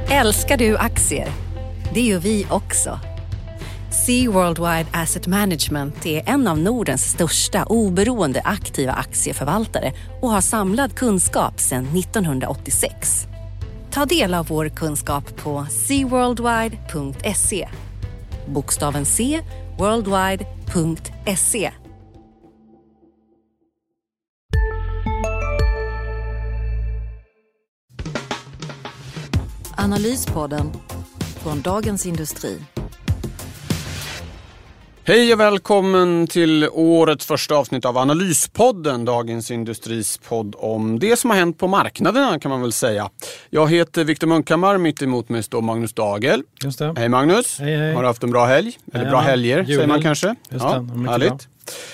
Älskar du aktier? Det gör vi också. Sea Worldwide Asset Management är en av Nordens största oberoende aktiva aktieförvaltare och har samlad kunskap sedan 1986. Ta del av vår kunskap på seaworldwide.se. Bokstaven C, worldwide.se. Analyspodden från Dagens Industri. Hej och välkommen till årets första avsnitt av Analyspodden, Dagens Industris podd om det som har hänt på marknaderna kan man väl säga. Jag heter Viktor Munkhammar, mitt emot mig står Magnus Dagel. Just det. Hej Magnus, hej. Har du haft en bra helg? Eller bra helger säger man kanske. Just ja, det, härligt.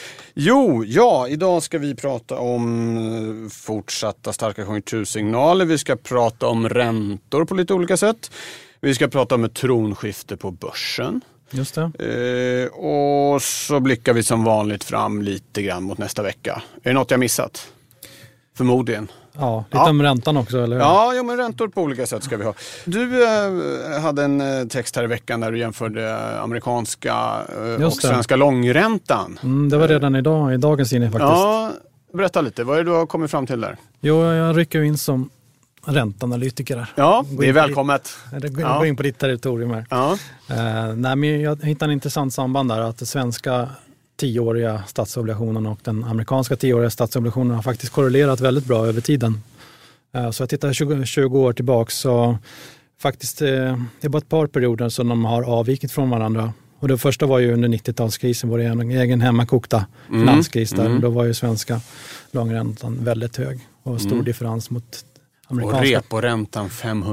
Idag ska vi prata om fortsatta starka konjunktursignaler. Vi ska prata om räntor på lite olika sätt. Vi ska prata om ett tronskifte på börsen. Just det. Och så blickar vi som vanligt fram lite grann mot nästa vecka. Är det något jag missat? Förmodligen. Ja, lite om räntan också, eller? Ja, men räntor på olika sätt ska vi ha. Du hade en text här i veckan där du jämförde amerikanska och svenska långräntan. Det var redan idag, i dagens inne faktiskt. Ja, berätta lite. Vad är det du har kommit fram till där? Jo, jag rycker in som ränteanalytiker här. Ja, det är välkommet. Gå in på ditt territorium här. Ja. Men jag hittade en intressant samband där, att det svenska 10-åriga statsobligationen och den amerikanska 10-åriga statsobligationen har faktiskt korrelerat väldigt bra över tiden. Så jag tittar 20 år tillbaka, så faktiskt det är bara ett par perioder som de har avvikit från varandra. Och det första var ju under 90-talskrisen, var det en egen hemmakokta finanskris där. Då var ju svenska långräntan väldigt hög och stor differens mot amerikanska. Och reporäntan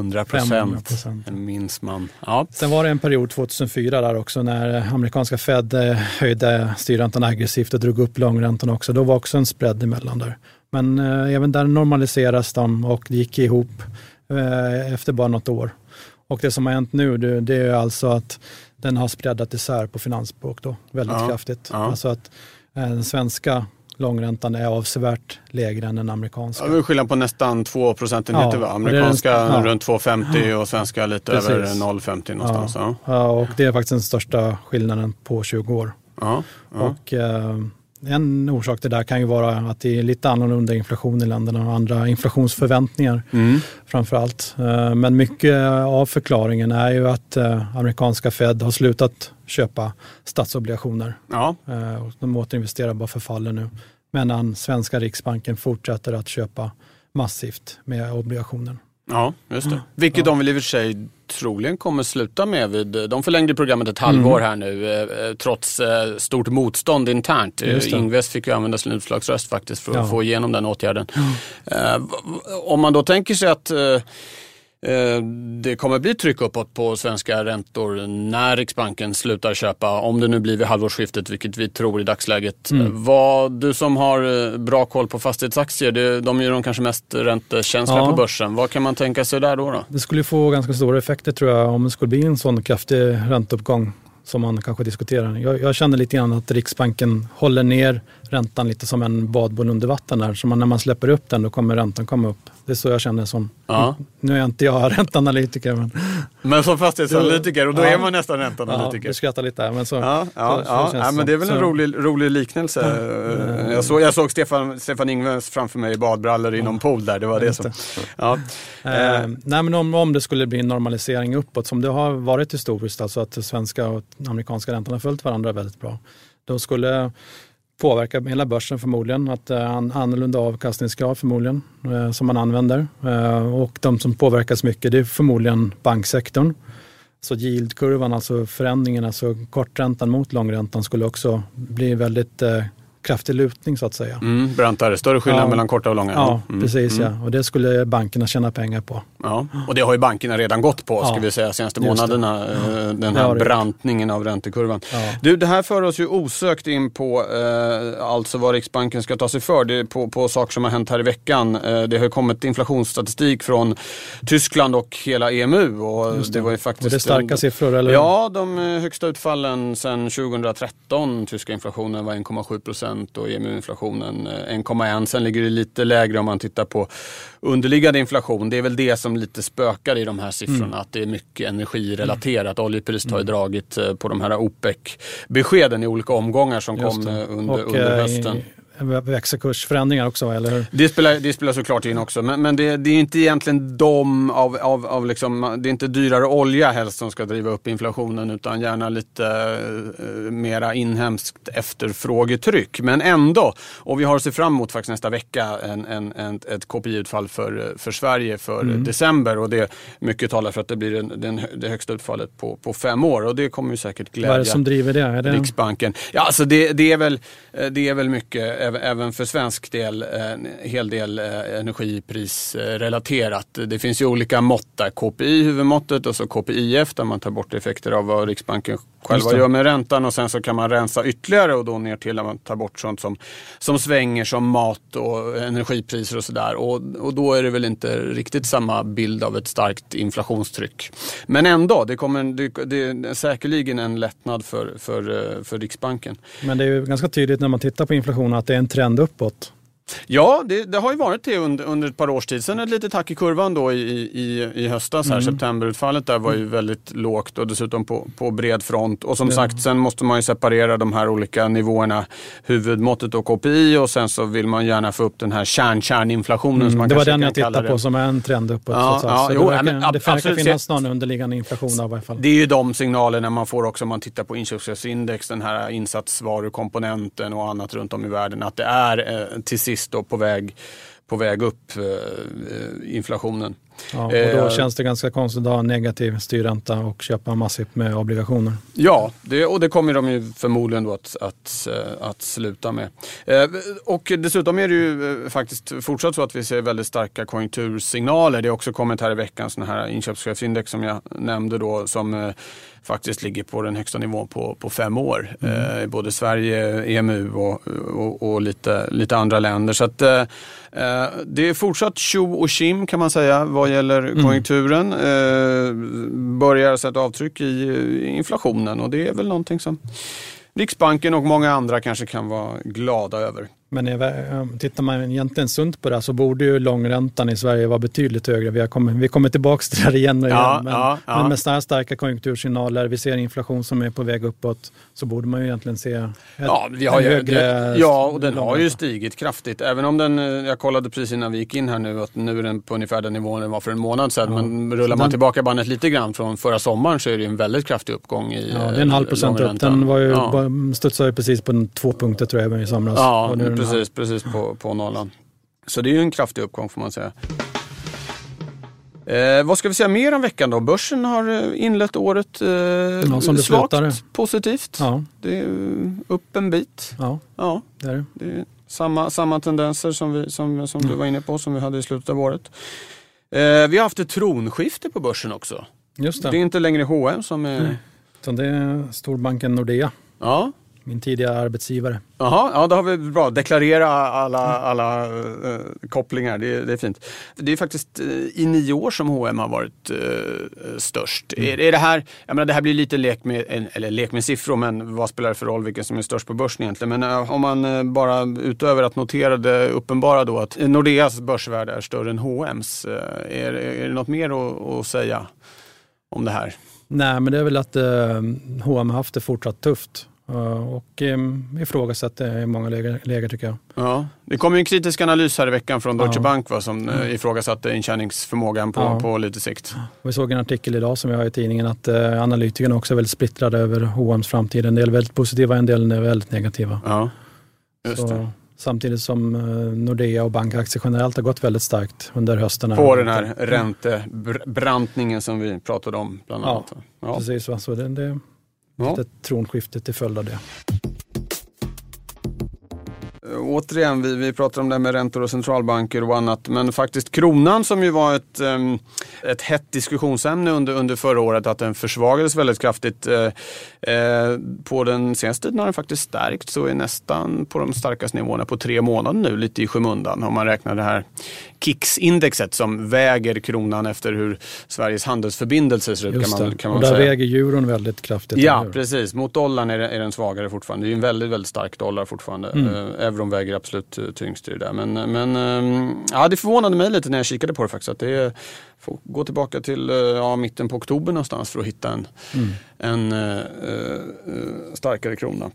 500%. Den minns man. Ja. Sen var det en period 2004 där också när amerikanska Fed höjde styrräntan aggressivt och drog upp långräntan också. Då var också en spread emellan där. Men även där normaliseras de och det gick ihop efter bara något år. Och det som har hänt nu, det är alltså att den har spreadat isär på finansspråk då väldigt kraftigt. Ja. Alltså att den svenska långräntan är avsevärt lägre än den amerikanska. Ja, det är skillnad på nästan 2%, va? Amerikanska runt 2,50 och svenska lite över 0,50 någonstans. Ja, och det är faktiskt den största skillnaden på 20 år. Ja. Och en orsak till det där kan ju vara att det är lite annorlunda inflation i länderna och andra inflationsförväntningar framförallt. Men mycket av förklaringen är ju att amerikanska Fed har slutat köpa statsobligationer. Ja. De återinvesterar bara förfaller nu. Medan svenska Riksbanken fortsätter att köpa massivt med obligationer. Ja, just det. Vilket de väl i och för sig troligen kommer sluta med de förlängde programmet ett halvår här nu trots stort motstånd internt. Ingves fick ju använda sin utslagsröst faktiskt för att få igenom den åtgärden. Om man då tänker sig att det kommer bli tryck uppåt på svenska räntor när Riksbanken slutar köpa, om det nu blir vid halvårsskiftet, vilket vi tror i dagsläget. Du som har bra koll på fastighetsaktier, de är de kanske mest räntekänsliga på börsen. Vad kan man tänka sig där då? Det skulle få ganska stora effekter tror jag om det skulle bli en sån kraftig ränteuppgång som man kanske diskuterar. Jag känner lite grann att Riksbanken håller ner räntan lite som en badboll under vatten där. Så när man släpper upp den då kommer räntan komma upp. Det är så jag känner som. Ja. Nu är inte jag ränteanalytiker. Men som fastighetsanalytiker och då är man nästan ränteanalytiker. Ja, du skrattar lite här. Men så men det är väl en rolig liknelse. Jag såg Stefan Ingves framför mig i badbrallor i någon pool där. Det var det som... Nej, men om det skulle bli en normalisering uppåt som det har varit historiskt, alltså att svenska och amerikanska räntan har följt varandra väldigt bra. Då skulle påverka hela börsen förmodligen, att annorlunda avkastningskrav förmodligen som man använder. Och de som påverkas mycket det är förmodligen banksektorn. Så yieldkurvan, alltså förändringen, alltså korträntan mot långräntan skulle också bli väldigt kraftig lutning så att säga. Brantare, större skillnad mellan korta och långa. Ja, precis. Ja. Och det skulle bankerna tjäna pengar på. Ja, och det har ju bankerna redan gått på, ska vi säga, senaste månaderna. Den här brantningen av räntekurvan. Ja. Du, det här för oss ju osökt in på alltså vad Riksbanken ska ta sig för. Det är på saker som har hänt här i veckan. Det har ju kommit inflationsstatistik från Tyskland och hela EMU. Och det var ju faktiskt... Och det är starka siffror, eller? Ja, de högsta utfallen sedan 2013. Tyska inflationen var 1,7%. 2% och EMU-inflationen 1,1%. Sen ligger det lite lägre om man tittar på underliggande inflation. Det är väl det som lite spökar i de här siffrorna, att det är mycket energirelaterat. Oljepriset har ju dragit på de här OPEC-beskeden i olika omgångar som kom under hösten. Växelkursförändringar också, eller hur? Det spelar såklart in också, men det är inte egentligen det är inte dyrare olja helst som ska driva upp inflationen, utan gärna lite mera inhemskt efterfrågetryck. Men ändå, och vi har sett fram emot faktiskt nästa vecka ett KPI-utfall för Sverige för december, och det mycket talar för att det blir det högsta utfallet på 5 år, och det kommer ju säkert glädja. Vad är det som driver det? Är det Riksbanken? Ja, alltså det är väl mycket även för svensk del en hel del energiprisrelaterat. Det finns ju olika mått där. KPI, huvudmåttet, och så KPIF där man tar bort effekter av vad Riksbanken själva gör med räntan, och sen så kan man rensa ytterligare och då ner till att man tar bort sånt som svänger, som mat och energipriser och sådär. Och då är det väl inte riktigt samma bild av ett starkt inflationstryck. Men ändå, det är säkerligen en lättnad för Riksbanken. Men det är ju ganska tydligt när man tittar på inflationen att det är en trend uppåt. Ja, det har ju varit det under ett par års tid. Sen ett litet hack i kurvan då i höstas här. Septemberutfallet där var ju väldigt lågt och dessutom på bred front. Och som sagt, sen måste man ju separera de här olika nivåerna. Huvudmåttet och KPI, och sen så vill man gärna få upp den här kärninflationen som man det kanske var den kan jag tittade på som är en trend uppåt. Det verkar finnas någon underliggande inflation av i alla fall. Det är ju de signalerna man får också om man tittar på inköpschefsindex, den här insatsvarukomponenten och annat runt om i världen, att det är till sist då på väg upp inflationen. Ja, och då känns det ganska konstigt att ha negativ styrränta och köpa massivt med obligationer. Ja, det kommer de ju förmodligen då att sluta med. Och dessutom är det ju faktiskt fortsatt så att vi ser väldigt starka konjunktursignaler. Det har också kommit här i veckan sån här inköpschefsindex som jag nämnde då, som faktiskt ligger på den högsta nivån på 5 år. Både Sverige, EMU och lite andra länder. Så att det är fortsatt tjo och kim kan man säga vad gäller konjunkturen. Börjar sätta avtryck i inflationen, och det är väl någonting som Riksbanken och många andra kanske kan vara glada över. Men tittar man egentligen sunt på det så borde ju långräntan i Sverige vara betydligt högre. Vi kommer tillbaka till det här igen och igen. Men med starka konjunktursignaler, vi ser inflation som är på väg uppåt, så borde man ju egentligen se högre. Och den har ju stigit kraftigt. Även om jag kollade precis innan vi gick in här nu, att nu är den på ungefär den nivån den var för en månad sedan. Men rullar man tillbaka bandet lite grann från förra sommaren så är det en väldigt kraftig uppgång i det är 0,5% upp. Den var ju, studsade ju precis på 2 punkter tror jag i somras. Ja, precis på nollan. Så det är ju en kraftig uppgång får man säga. Vad ska vi säga mer om veckan då? Börsen har inlett året svagt positivt. Ja. Det är upp en bit. Ja. Det är det. Det är samma tendenser som du var inne på, som vi hade i slutet av året. Vi har haft ett tronskifte på börsen också. Just det. Det är inte längre H&M som är... Så det är storbanken Nordea. Ja. Min tidigare arbetsgivare. Jaha, ja, då har vi bra. Deklarera alla kopplingar, det är fint. Det är faktiskt i 9 år som H&M har varit störst. Är det här, jag menar, det här blir lite lek med siffror, men vad spelar det för roll vilken som är störst på börsen egentligen? Men om man bara utöver att notera det uppenbara då att Nordeas börsvärde är större än H&M's, är det något mer att säga om det här? Nej, men det är väl att H&M har haft det fortsatt tufft. Och ifrågasätter i många läger tycker jag. Ja, det kom ju en kritisk analys här i veckan från Deutsche Bank som ifrågasatte intjäningsförmågan på lite sikt. Vi såg en artikel idag som vi har i tidningen att analytikerna också är väldigt splittrade över H&M's framtid. En del är väldigt positiva, en del är väldigt negativa. Ja, just det. Samtidigt som Nordea och bankaktier generellt har gått väldigt starkt under hösten. På den här räntebrantningen som vi pratade om bland annat. Ja, precis. Så det ett tronskifte till följd av det. återigen, vi pratar om det med räntor och centralbanker och annat, men faktiskt kronan som ju var ett hett diskussionsämne under förra året, att den försvagades väldigt kraftigt. På den senaste tiden har den faktiskt stärkt, så är nästan på de starkaste nivåerna på 3 månader nu, lite i skymundan. Om man räknar det här KIX-indexet som väger kronan efter hur Sveriges handelsförbindelser ser ut, kan man och där säga. väger euron väldigt kraftigt. Ja, precis. Mot dollarn är den svagare fortfarande. Det är ju en väldigt, väldigt stark dollar fortfarande. Euron väger absolut tyngst i det där. Men det förvånade mig lite när jag kikade på det faktiskt. Att det får gå tillbaka till mitten på oktober någonstans för att hitta en starkare krona.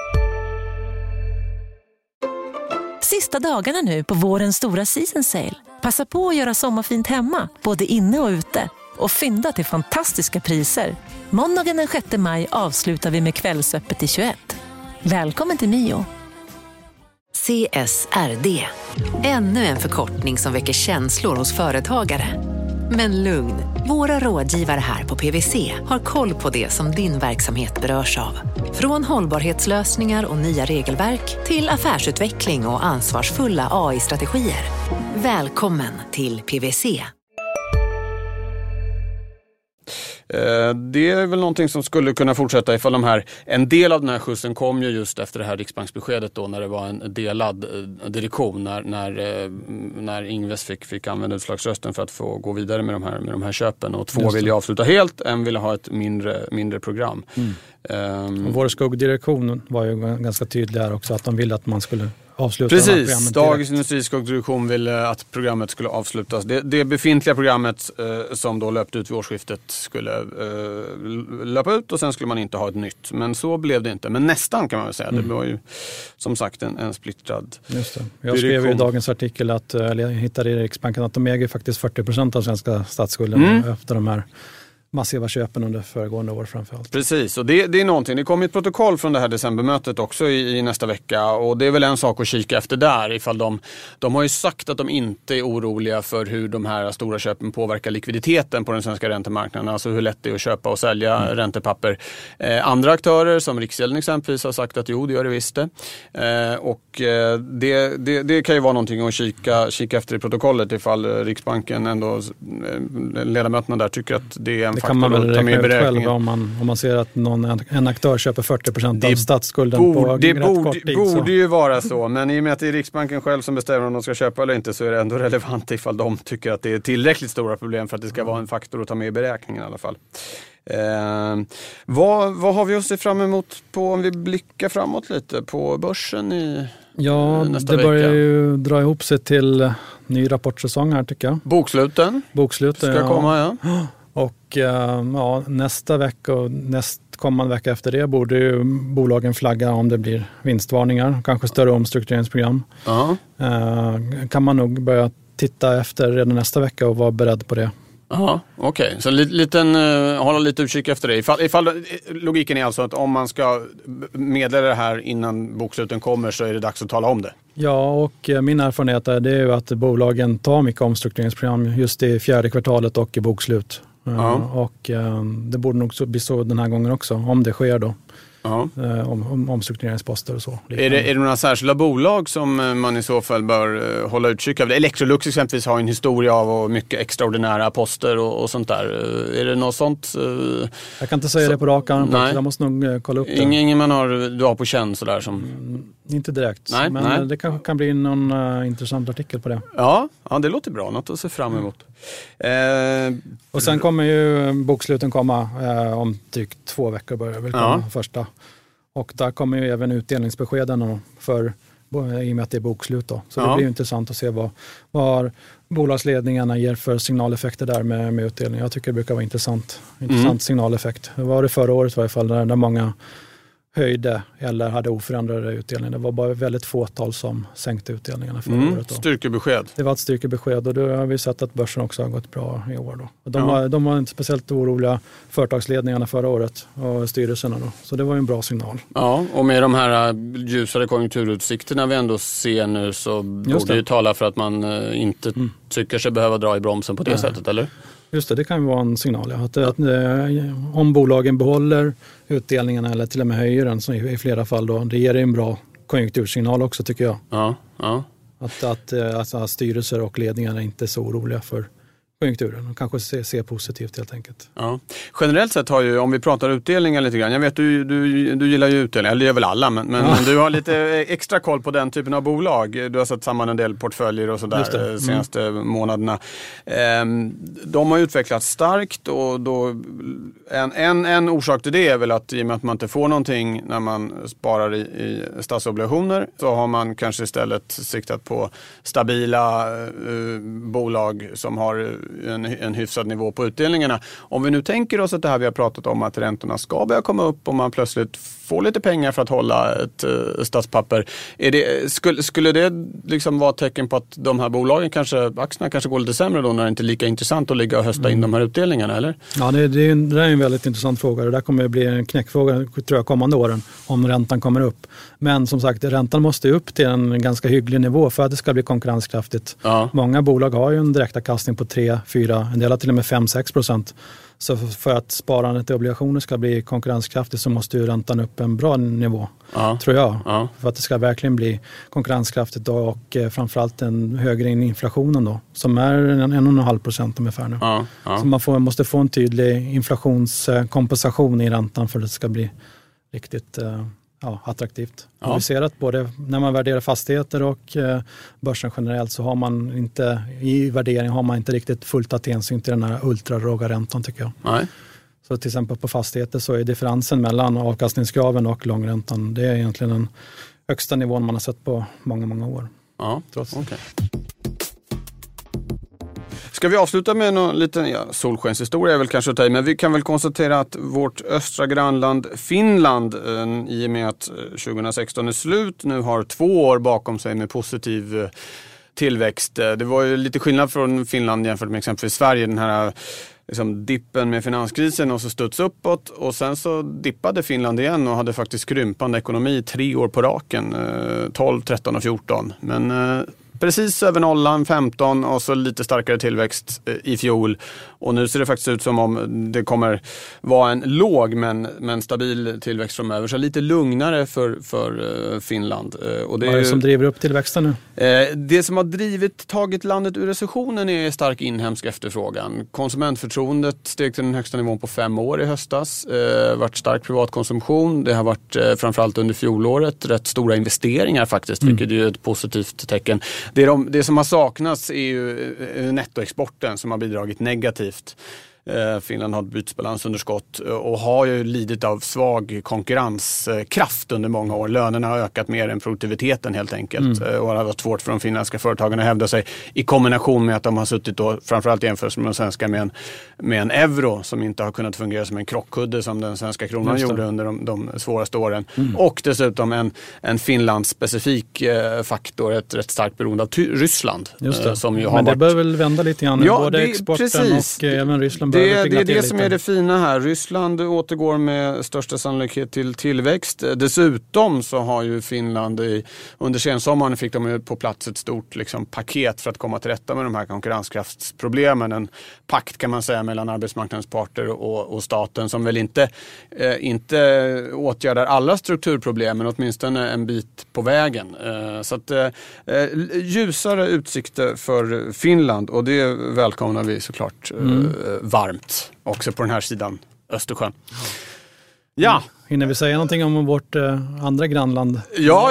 Sista dagarna nu på vårens stora season sale. Passa på att göra sommarfint hemma, både inne och ute. Och fynda till fantastiska priser. Måndagen den 6 maj avslutar vi med Kvällsöppet i 21. Välkommen till Mio. CSRD. Ännu en förkortning som väcker känslor hos företagare. Men lugn, våra rådgivare här på PwC har koll på det som din verksamhet berörs av. Från hållbarhetslösningar och nya regelverk till affärsutveckling och ansvarsfulla AI-strategier. Välkommen till PwC. Det är väl någonting som skulle kunna fortsätta ifall en del av den här skjutsen kom ju just efter det här riksbanksbeskedet då, när det var en delad direktion, när Ingves fick använda utslagsrösten för att få gå vidare med de här köpen, och 2 ville avsluta helt, en ville ha ett mindre program. Vår skuggdirektion var ju ganska tydlig här också, att de ville att man skulle avsluta. Precis, Dagens Industris skuggdirektion ville att programmet skulle avslutas. Det befintliga programmet som då löpte ut vid årsskiftet skulle löpa ut, och sen skulle man inte ha ett nytt. Men så blev det inte. Men nästan, kan man väl säga. Det var ju som sagt en splittrad Just det. Jag skrev ju i dagens artikel jag hittade i Riksbanken att de äger faktiskt 40% av svenska statsskulden efter de här massiva köpen under föregående år framförallt. Precis, och det är någonting. Det kommer ett protokoll från det här decembermötet också i nästa vecka, och det är väl en sak att kika efter där, ifall de har ju sagt att de inte är oroliga för hur de här stora köpen påverkar likviditeten på den svenska räntemarknaden, alltså hur lätt det är att köpa och sälja räntepapper. Andra aktörer som Riksgälden exempelvis har sagt att jo, det gör det visst det. Och det kan ju vara någonting att kika efter i protokollet, ifall Riksbanken ändå, ledamöterna där, tycker att det är en det kan man väl räkna ut själv om man ser att en aktör köper 40% av statsskulden på rätt kort tid. Det borde ju vara så, men i och med att det är Riksbanken själv som bestämmer om de ska köpa eller inte, så är det ändå relevant ifall de tycker att det är tillräckligt stora problem för att det ska vara en faktor att ta med i beräkningen i alla fall. Vad har vi att se fram emot om vi blickar framåt lite på börsen i nästa vecka? Det börjar ju dra ihop sig till ny rapportsäsong här, tycker jag. Bokslutet ska komma, ja. Och nästa vecka och nästkommande vecka efter det borde ju bolagen flagga om det blir vinstvarningar, kanske större omstruktureringsprogram. Kan man nog börja titta efter redan nästa vecka och vara beredd på det. Ja, okej. Så hålla lite utkik efter det. Ifall logiken är alltså att om man ska meddela det här innan boksluten kommer, så är det dags att tala om det. Ja, och min erfarenhet är ju att bolagen tar mycket omstruktureringsprogram just i 4:e kvartalet och i bokslut. Och det borde nog bli så den här gången också, om det sker då. Omstruktureringsposter och så. Är det några särskilda bolag som man i så fall bör hålla utkik av? Electrolux exempelvis har en historia av och mycket extraordinära poster och sånt där. Är det något sånt? Jag kan inte säga det på rak arm. Jag måste nog kolla upp det. Ingen du har på känn sådär som... Inte direkt, men det kanske kan bli någon intressant artikel på det. Ja, det låter bra. Något att se fram emot. Och sen kommer ju boksluten komma om drygt 2 veckor börjar väl komma första. Och där kommer ju även utdelningsbeskeden i och med att det är bokslut då. Så det blir ju intressant att se vad bolagsledningarna ger för signaleffekter där med utdelning. Jag tycker det brukar vara intressant signaleffekt. Det var det förra året i varje fall, där många höjde eller hade oförändrade utdelningar. Det var bara väldigt fåtal som sänkte utdelningarna förra året. Då. Styrkebesked. Det var ett styrkebesked, och då har vi sett att börsen också har gått bra i år. Då. Och de var inte speciellt oroliga, företagsledningarna förra året och styrelserna då. Så det var ju en bra signal. Ja, och med de här ljusare konjunkturutsikterna vi ändå ser nu, så borde det ju tala för att man inte tycker sig behöva dra i bromsen på det sättet, eller? Just det kan ju vara en signal. Att om bolagen behåller utdelningarna eller till och med höjer den, så i flera fall då, det ger en bra konjunktursignal också tycker jag. Ja. Att styrelser och ledningar inte är så oroliga för konjunkturen och kanske ser positivt helt enkelt. Ja. Generellt sett har ju, om vi pratar utdelningar lite grann, jag vet du gillar ju utdelningar, eller det gör väl alla, men du har lite extra koll på den typen av bolag. Du har satt samman en del portföljer och sådär de senaste månaderna. De har utvecklats starkt och då en orsak till det är väl att i och med att man inte får någonting när man sparar i statsobligationer så har man kanske istället siktat på stabila bolag som har en hyfsad nivå på utdelningarna. Om vi nu tänker oss att det här vi har pratat om att räntorna ska börja komma upp och man plötsligt får lite pengar för att hålla ett statspapper. Skulle det liksom vara ett tecken på att de här bolagen aktierna kanske går lite sämre då när det inte är lika intressant att ligga och hösta in de här utdelningarna, eller? Ja, det är en väldigt intressant fråga. Det där kommer att bli en knäckfråga tror jag kommande åren om räntan kommer upp. Men som sagt, räntan måste upp till en ganska hygglig nivå för att det ska bli konkurrenskraftigt. Ja. Många bolag har ju en direktavkastning på 3-4, en del har till och med 5-6%. Så för att sparandet i obligationer ska bli konkurrenskraftigt så måste ju räntan upp en bra nivå, tror jag. Ja. För att det ska verkligen bli konkurrenskraftigt då, och framförallt en högre än inflationen då, som är 1,5% ungefär nu. Ja. Så man måste få en tydlig inflationskompensation i räntan för att det ska bli riktigt attraktivt. Ja. Vi ser att både när man värderar fastigheter och börsen generellt så har man inte, i värdering har man inte riktigt fullt att hänsyn till den här ultralåga räntan tycker jag. Nej. Så till exempel på fastigheter så är differensen mellan avkastningskraven och långräntan, det är egentligen den högsta nivån man har sett på många, många år. Ja, okej. Ska vi avsluta med någon liten solskenshistoria är väl kanske att ta i, men vi kan väl konstatera att vårt östra grannland Finland i och med att 2016 är slut nu har 2 år bakom sig med positiv tillväxt. Det var ju lite skillnad från Finland jämfört med exempelvis Sverige, den här liksom dippen med finanskrisen och så studs uppåt och sen så dippade Finland igen och hade faktiskt krympande ekonomi 3 år på raken, 12, 13 och 14. Men precis över nollan, 15 och så lite starkare tillväxt i fjol. Och nu ser det faktiskt ut som om det kommer vara en låg men stabil tillväxt framöver. Så lite lugnare för Finland. Och det vad är det som driver upp tillväxten nu? Det som har tagit landet ur recessionen är stark inhemsk efterfrågan. Konsumentförtroendet steg till den högsta nivån på 5 år i höstas. Varit stark privat konsumtion. Det har varit framförallt under fjolåret rätt stora investeringar faktiskt, vilket är ju ett positivt tecken. Det som har saknats är ju nettoexporten som har bidragit negativt. Finland har ett bytesbalansunderskott och har ju lidit av svag konkurrenskraft under många år. Lönerna har ökat mer än produktiviteten helt enkelt. Och det har varit svårt för de finländska företagen att hävda sig i kombination med att de har suttit då, framförallt jämfört med de svenska med en euro som inte har kunnat fungera som en krockkudde som den svenska kronan gjorde under de svåraste åren. Och dessutom en Finlandsspecifik faktor, ett rätt starkt beroende av Ryssland. Som ju har men det bör väl vända lite grann, både exporten och även Ryssland. Det är det som är det fina här. Ryssland återgår med största sannolikhet till tillväxt. Dessutom så har ju Finland under sensommaren fick de ju på plats ett stort paket för att komma till rätta med de här konkurrenskraftsproblemen. En pakt kan man säga mellan arbetsmarknadens parter och staten som väl inte åtgärdar alla strukturproblem men åtminstone en bit på vägen. Så att ljusare utsikter för Finland och det välkomnar vi såklart varmt också på den här sidan Östersjön. Ja. Hinner vi säga någonting om vårt andra grannland?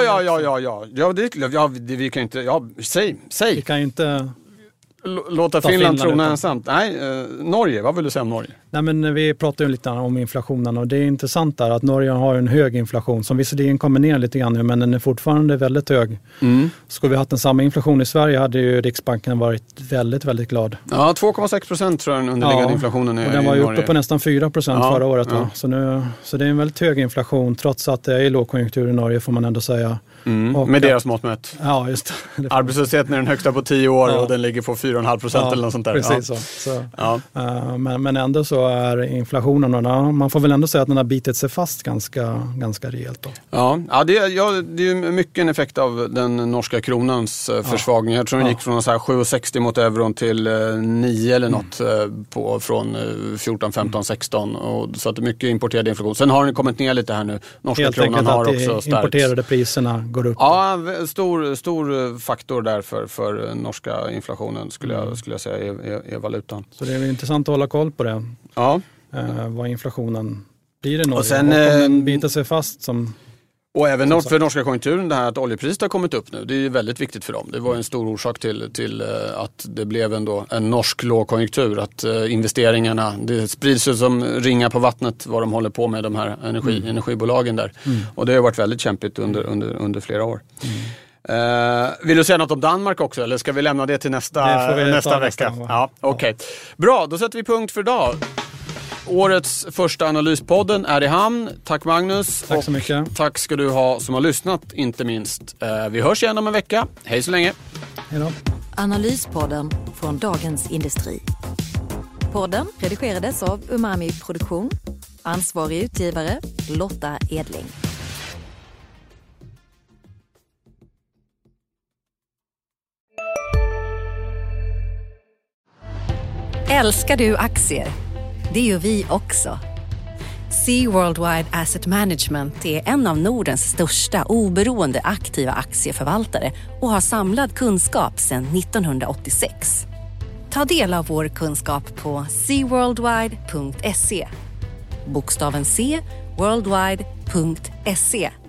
Ja, vi kan inte... Ja, säg. Vi kan ju inte... Låta Finland trona ensamt. Nej, Norge, vad vill du säga om Norge? Nej, men vi pratar ju lite om inflationen och det är intressant där att Norge har en hög inflation som visserligen kommer ner lite grann nu, men den är fortfarande väldigt hög. Skulle vi haft en samma inflation i Sverige hade ju Riksbanken varit väldigt, väldigt glad. Ja, 2,6% tror jag den underliggande inflationen är i Norge. Och den var ju uppe på nästan 4% förra året. Ja. Så det är en väldigt hög inflation trots att det är lågkonjunktur i Norge får man ändå säga. Med deras mått mätt. Ja, just det. Arbetslösheten är den högsta på 10 år och den ligger på 4,5% eller något sånt där. Precis så. Men ändå så är inflationen och man får väl ändå säga att den har bitit sig fast ganska rejält då. Ja, det är ju mycket en effekt av den norska kronans försvagning. Jag tror den gick från 7,60 mot euron till 9 eller något från 14, 15, 16 och så att det är mycket importerad inflation. Sen har den kommit ner lite här nu. Norska helt kronan har också stärkts. Importerade priserna går upp. Ja, stor faktor där för norska inflationen skulle jag säga är valutan. Så det är intressant att hålla koll på det. Ja. Vad inflationen blir i Norge. Och sen den biter sig fast som... Och även för norska konjunkturen, det här att oljepriset har kommit upp nu, det är väldigt viktigt för dem. Det var en stor orsak till att det blev ändå en norsk lågkonjunktur. Att investeringarna, det sprids sig som ringar på vattnet vad de håller på med, de här energibolagen där. Och det har varit väldigt kämpigt under flera år. Vill du säga något om Danmark också, eller ska vi lämna det till nästa vecka? Ja, okej. Bra, då sätter vi punkt för idag. Årets första analyspodden är i hamn. Tack Magnus. Tack så mycket. Tack ska du ha som har lyssnat, inte minst. Vi hörs igen om en vecka. Hej så länge. Hej då. Analyspodden från Dagens Industri. Podden redigerades av Umami Produktion. Ansvarig utgivare Lotta Edling. Älskar du aktier? Det gör vi också. Sea Worldwide Asset Management är en av Nordens största oberoende aktiva aktieförvaltare och har samlad kunskap sedan 1986. Ta del av vår kunskap på seaworldwide.se. Bokstaven C, worldwide.se.